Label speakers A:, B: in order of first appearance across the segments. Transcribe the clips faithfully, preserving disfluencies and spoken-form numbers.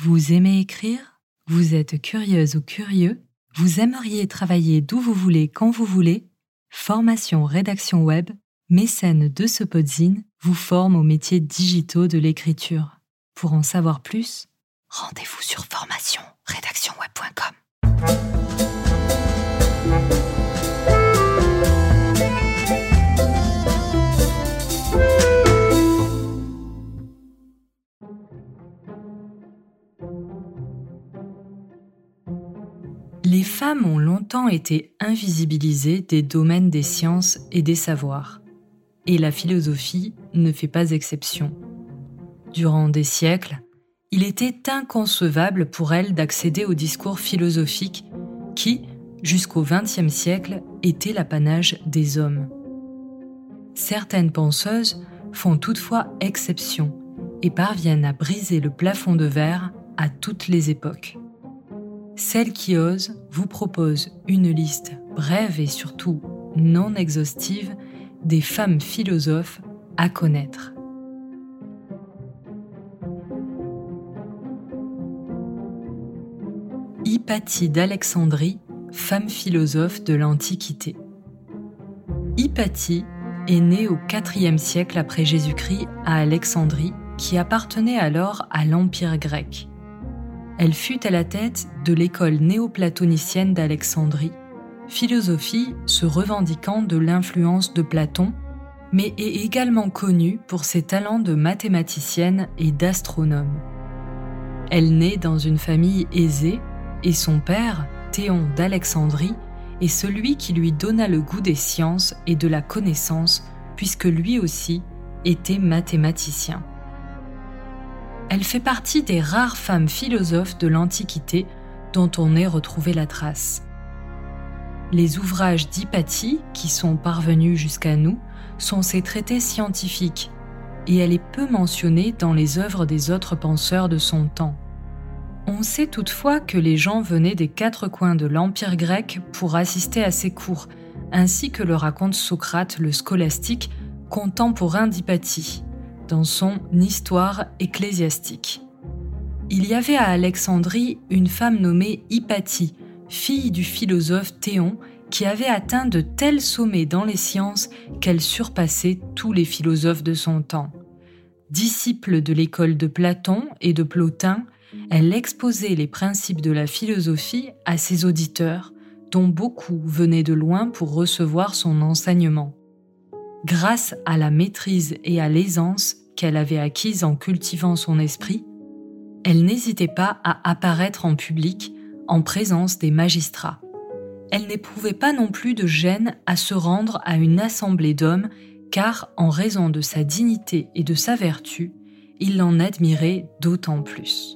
A: Vous aimez écrire ? Vous êtes curieuse ou curieux ? Vous aimeriez travailler d'où vous voulez, quand vous voulez ? Formation Rédaction Web, mécène de ce podzine, vous forme aux métiers digitaux de l'écriture. Pour en savoir plus, rendez-vous sur formation rédaction web point com. Les femmes ont longtemps été invisibilisées des domaines des sciences et des savoirs. Et la philosophie ne fait pas exception. Durant des siècles, il était inconcevable pour elles d'accéder au discours philosophique qui, jusqu'au vingtième siècle, était l'apanage des hommes. Certaines penseuses font toutefois exception et parviennent à briser le plafond de verre à toutes les époques. Celle qui ose vous propose une liste brève et surtout non exhaustive des femmes philosophes à connaître. Hypatie d'Alexandrie, femme philosophe de l'Antiquité. Hypatie est née au quatrième siècle après Jésus-Christ à Alexandrie, qui appartenait alors à l'Empire grec. Elle fut à la tête de l'école néoplatonicienne d'Alexandrie, philosophie se revendiquant de l'influence de Platon, mais est également connue pour ses talents de mathématicienne et d'astronome. Elle naît dans une famille aisée et son père, Théon d'Alexandrie, est celui qui lui donna le goût des sciences et de la connaissance, puisque lui aussi était mathématicien. Elle fait partie des rares femmes philosophes de l'Antiquité dont on ait retrouvé la trace. Les ouvrages d'Hypatie, qui sont parvenus jusqu'à nous, sont ses traités scientifiques, et elle est peu mentionnée dans les œuvres des autres penseurs de son temps. On sait toutefois que les gens venaient des quatre coins de l'Empire grec pour assister à ses cours, ainsi que le raconte Socrate le scolastique, contemporain d'Hypatie, dans son Histoire ecclésiastique. Il y avait à Alexandrie une femme nommée Hypatie, fille du philosophe Théon, qui avait atteint de tels sommets dans les sciences qu'elle surpassait tous les philosophes de son temps. Disciple de l'école de Platon et de Plotin, elle exposait les principes de la philosophie à ses auditeurs, dont beaucoup venaient de loin pour recevoir son enseignement. Grâce à la maîtrise et à l'aisance qu'elle avait acquise en cultivant son esprit, elle n'hésitait pas à apparaître en public en présence des magistrats. Elle n'éprouvait pas non plus de gêne à se rendre à une assemblée d'hommes, car en raison de sa dignité et de sa vertu, ils l'en admiraient d'autant plus.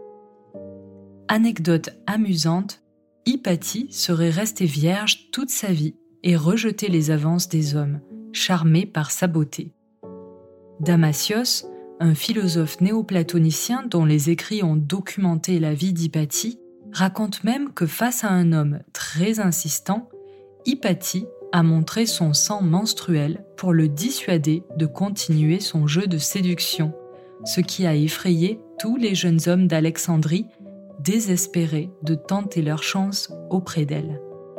A: Anecdote amusante, Hypatie serait restée vierge toute sa vie et rejetait les avances des hommes, charmé par sa beauté. Damasios, un philosophe néoplatonicien dont les écrits ont documenté la vie d'Hypatie, raconte même que face à un homme très insistant, Hypatie a montré son sang menstruel pour le dissuader de continuer son jeu de séduction, ce qui a effrayé tous les jeunes hommes d'Alexandrie, désespérés de tenter leur chance auprès d'elle.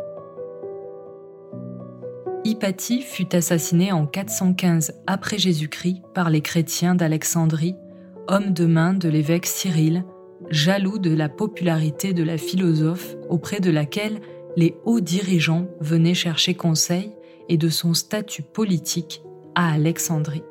A: Hypatie fut assassinée en quatre cent quinze après Jésus-Christ par les chrétiens d'Alexandrie, hommes de main de l'évêque Cyrille, jaloux de la popularité de la philosophe auprès de laquelle les hauts dirigeants venaient chercher conseil et de son statut politique à Alexandrie.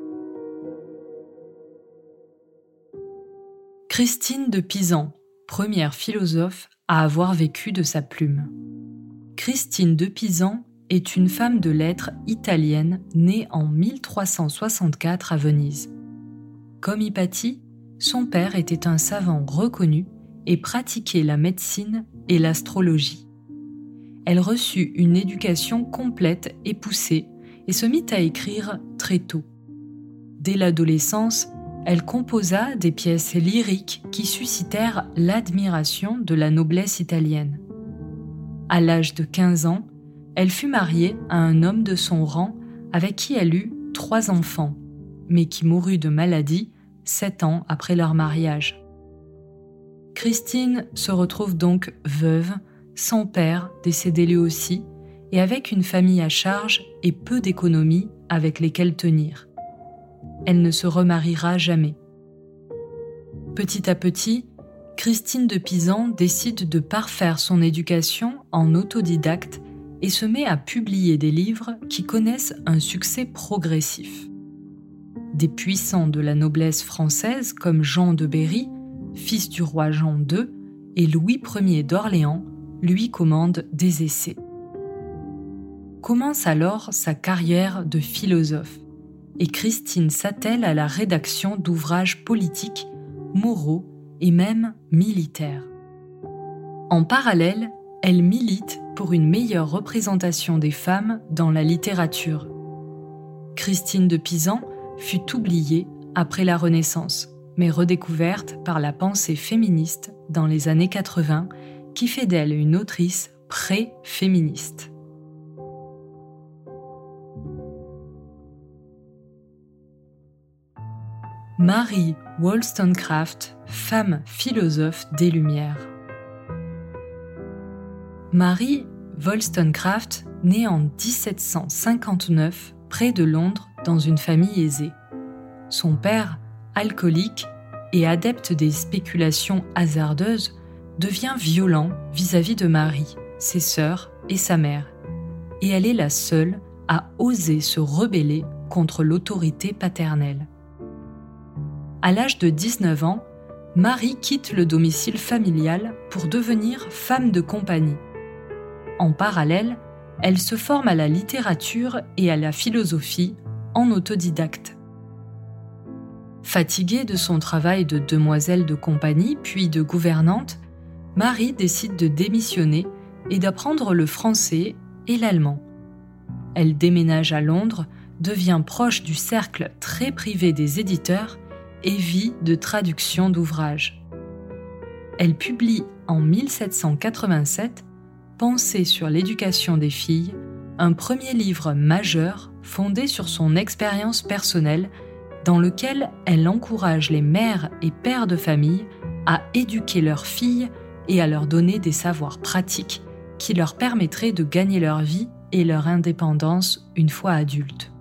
A: Christine de Pisan, première philosophe à avoir vécu de sa plume. Christine de Pisan est une femme de lettres italienne née en mille trois cent soixante-quatre à Venise. Comme Hypatie, son père était un savant reconnu et pratiquait la médecine et l'astrologie. Elle reçut une éducation complète et poussée et se mit à écrire très tôt. Dès l'adolescence, elle composa des pièces lyriques qui suscitèrent l'admiration de la noblesse italienne. À l'âge de quinze ans, elle fut mariée à un homme de son rang avec qui elle eut trois enfants, mais qui mourut de maladie sept ans après leur mariage. Christine se retrouve donc veuve, sans père, décédé lui aussi, et avec une famille à charge et peu d'économies avec lesquelles tenir. Elle ne se remariera jamais. Petit à petit, Christine de Pisan décide de parfaire son éducation en autodidacte et se met à publier des livres qui connaissent un succès progressif. Des puissants de la noblesse française comme Jean de Berry, fils du roi Jean deux, et Louis Ier d'Orléans lui commandent des essais. Commence alors sa carrière de philosophe et Christine s'attelle à la rédaction d'ouvrages politiques, moraux et même militaires. En parallèle, elle milite pour une meilleure représentation des femmes dans la littérature. Christine de Pisan fut oubliée après la Renaissance, mais redécouverte par la pensée féministe dans les années quatre-vingts, qui fait d'elle une autrice pré-féministe. Mary Wollstonecraft, femme philosophe des Lumières. Mary Wollstonecraft naît en dix-sept cent cinquante-neuf près de Londres dans une famille aisée. Son père, alcoolique et adepte des spéculations hasardeuses, devient violent vis-à-vis de Mary, ses sœurs et sa mère, et elle est la seule à oser se rebeller contre l'autorité paternelle. À l'âge de dix-neuf ans, Mary quitte le domicile familial pour devenir femme de compagnie. En parallèle, elle se forme à la littérature et à la philosophie en autodidacte. Fatiguée de son travail de demoiselle de compagnie puis de gouvernante, Mary décide de démissionner et d'apprendre le français et l'allemand. Elle déménage à Londres, devient proche du cercle très privé des éditeurs et vit de traduction d'ouvrages. Elle publie en mille sept cent quatre-vingt-sept Pensées sur l'éducation des filles, un premier livre majeur fondé sur son expérience personnelle dans lequel elle encourage les mères et pères de famille à éduquer leurs filles et à leur donner des savoirs pratiques qui leur permettraient de gagner leur vie et leur indépendance une fois adultes.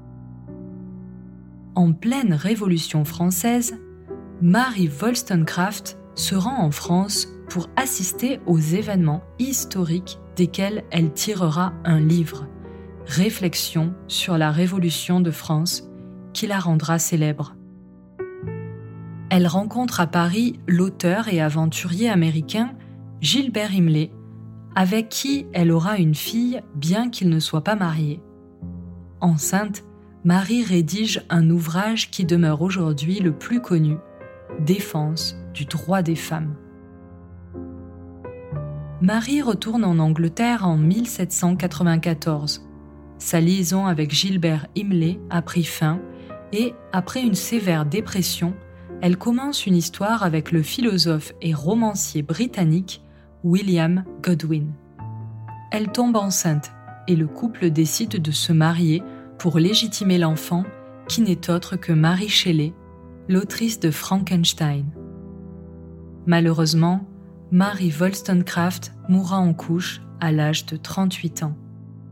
A: En pleine Révolution française, Mary Wollstonecraft se rend en France pour assister aux événements historiques desquels elle tirera un livre, Réflexions sur la Révolution de France, qui la rendra célèbre. Elle rencontre à Paris l'auteur et aventurier américain Gilbert Imlay, avec qui elle aura une fille bien qu'il ne soit pas marié. Enceinte, Mary rédige un ouvrage qui demeure aujourd'hui le plus connu, Défense du droit des femmes. Mary retourne en Angleterre en mille sept cent quatre-vingt-quatorze. Sa liaison avec Gilbert Imlay a pris fin et, après une sévère dépression, elle commence une histoire avec le philosophe et romancier britannique William Godwin. Elle tombe enceinte et le couple décide de se marier pour légitimer l'enfant qui n'est autre que Mary Shelley, l'autrice de Frankenstein. Malheureusement, Mary Wollstonecraft mourra en couche à l'âge de trente-huit ans.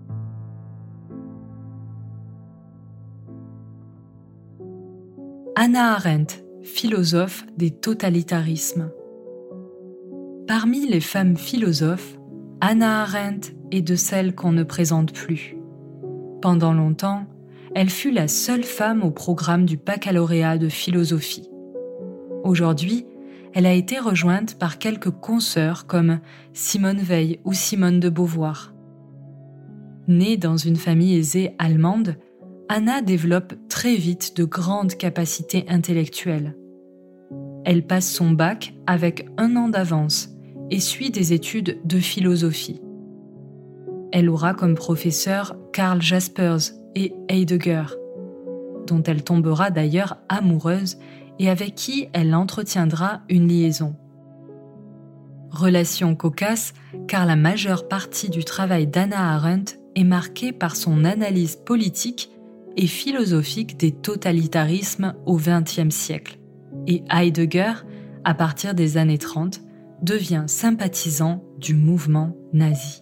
A: Hannah Arendt, philosophe des totalitarismes. Parmi les femmes philosophes, Hannah Arendt est de celles qu'on ne présente plus. Pendant longtemps, elle fut la seule femme au programme du baccalauréat de philosophie. Aujourd'hui, elle a été rejointe par quelques consoeurs comme Simone Weil ou Simone de Beauvoir. Née dans une famille aisée allemande, Hannah développe très vite de grandes capacités intellectuelles. Elle passe son bac avec un an d'avance et suit des études de philosophie. Elle aura comme professeurs Karl Jaspers et Heidegger, dont elle tombera d'ailleurs amoureuse et avec qui elle entretiendra une liaison. Relation cocasse car la majeure partie du travail d'Hannah Arendt est marquée par son analyse politique et philosophique des totalitarismes au vingtième siècle, et Heidegger, à partir des années trente, devient sympathisant du mouvement nazi.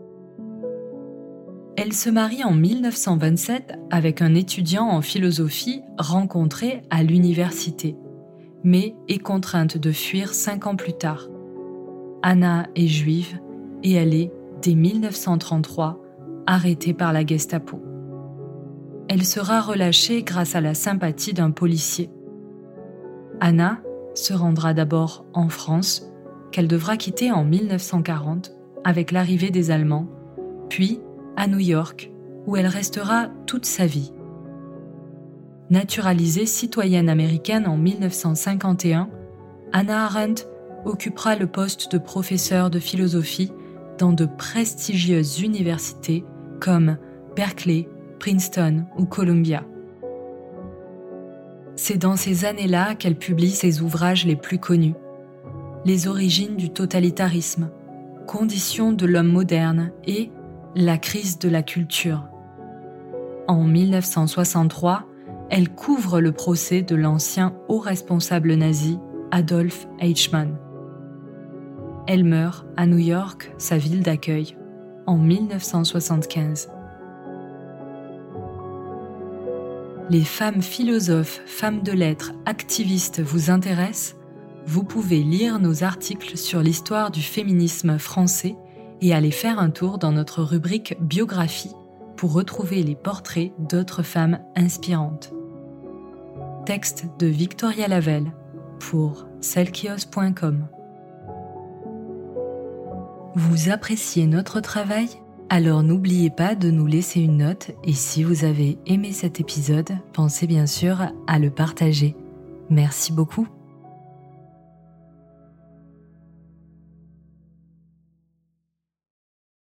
A: Elle se marie en mille neuf cent vingt-sept avec un étudiant en philosophie rencontré à l'université, mais est contrainte de fuir cinq ans plus tard. Anna est juive et elle est, dès mille neuf cent trente-trois, arrêtée par la Gestapo. Elle sera relâchée grâce à la sympathie d'un policier. Anna se rendra d'abord en France, qu'elle devra quitter en mille neuf cent quarante avec l'arrivée des Allemands, puis à New York, où elle restera toute sa vie. Naturalisée citoyenne américaine en mille neuf cent cinquante et un, Hannah Arendt occupera le poste de professeure de philosophie dans de prestigieuses universités comme Berkeley, Princeton ou Columbia. C'est dans ces années-là qu'elle publie ses ouvrages les plus connus. Les origines du totalitarisme, Conditions de l'homme moderne et La crise de la culture. En mille neuf cent soixante-trois, elle couvre le procès de l'ancien haut responsable nazi Adolf Eichmann. Elle meurt à New York, sa ville d'accueil, en mille neuf cent soixante-quinze. Les femmes philosophes, femmes de lettres, activistes vous intéressent ? Vous pouvez lire nos articles sur l'histoire du féminisme français et aller faire un tour dans notre rubrique Biographie pour retrouver les portraits d'autres femmes inspirantes. Texte de Victoria Lavelle pour selkios point com. Vous appréciez notre travail ? Alors n'oubliez pas de nous laisser une note et si vous avez aimé cet épisode, pensez bien sûr à le partager. Merci beaucoup.